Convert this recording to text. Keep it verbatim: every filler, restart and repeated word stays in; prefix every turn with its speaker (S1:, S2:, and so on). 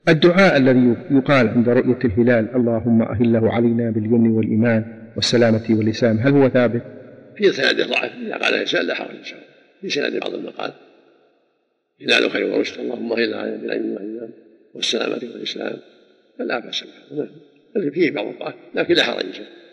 S1: الدعاء الذي يقال عند رؤية الهلال اللهم أهله علينا باليمن والإيمان والسلامة والإسلام، هل هو ثابت؟
S2: في سند ضعف، إذا قال الإنسان لا حرج إن شاء الله. في سند بعض المقال هلال خير ورشد اللهم أهلنا علينا بالعلم والإيمان والسلامة والإسلام، فلا بأس به، فيه بعض الضعف لكن لا حرج إن شاء الله.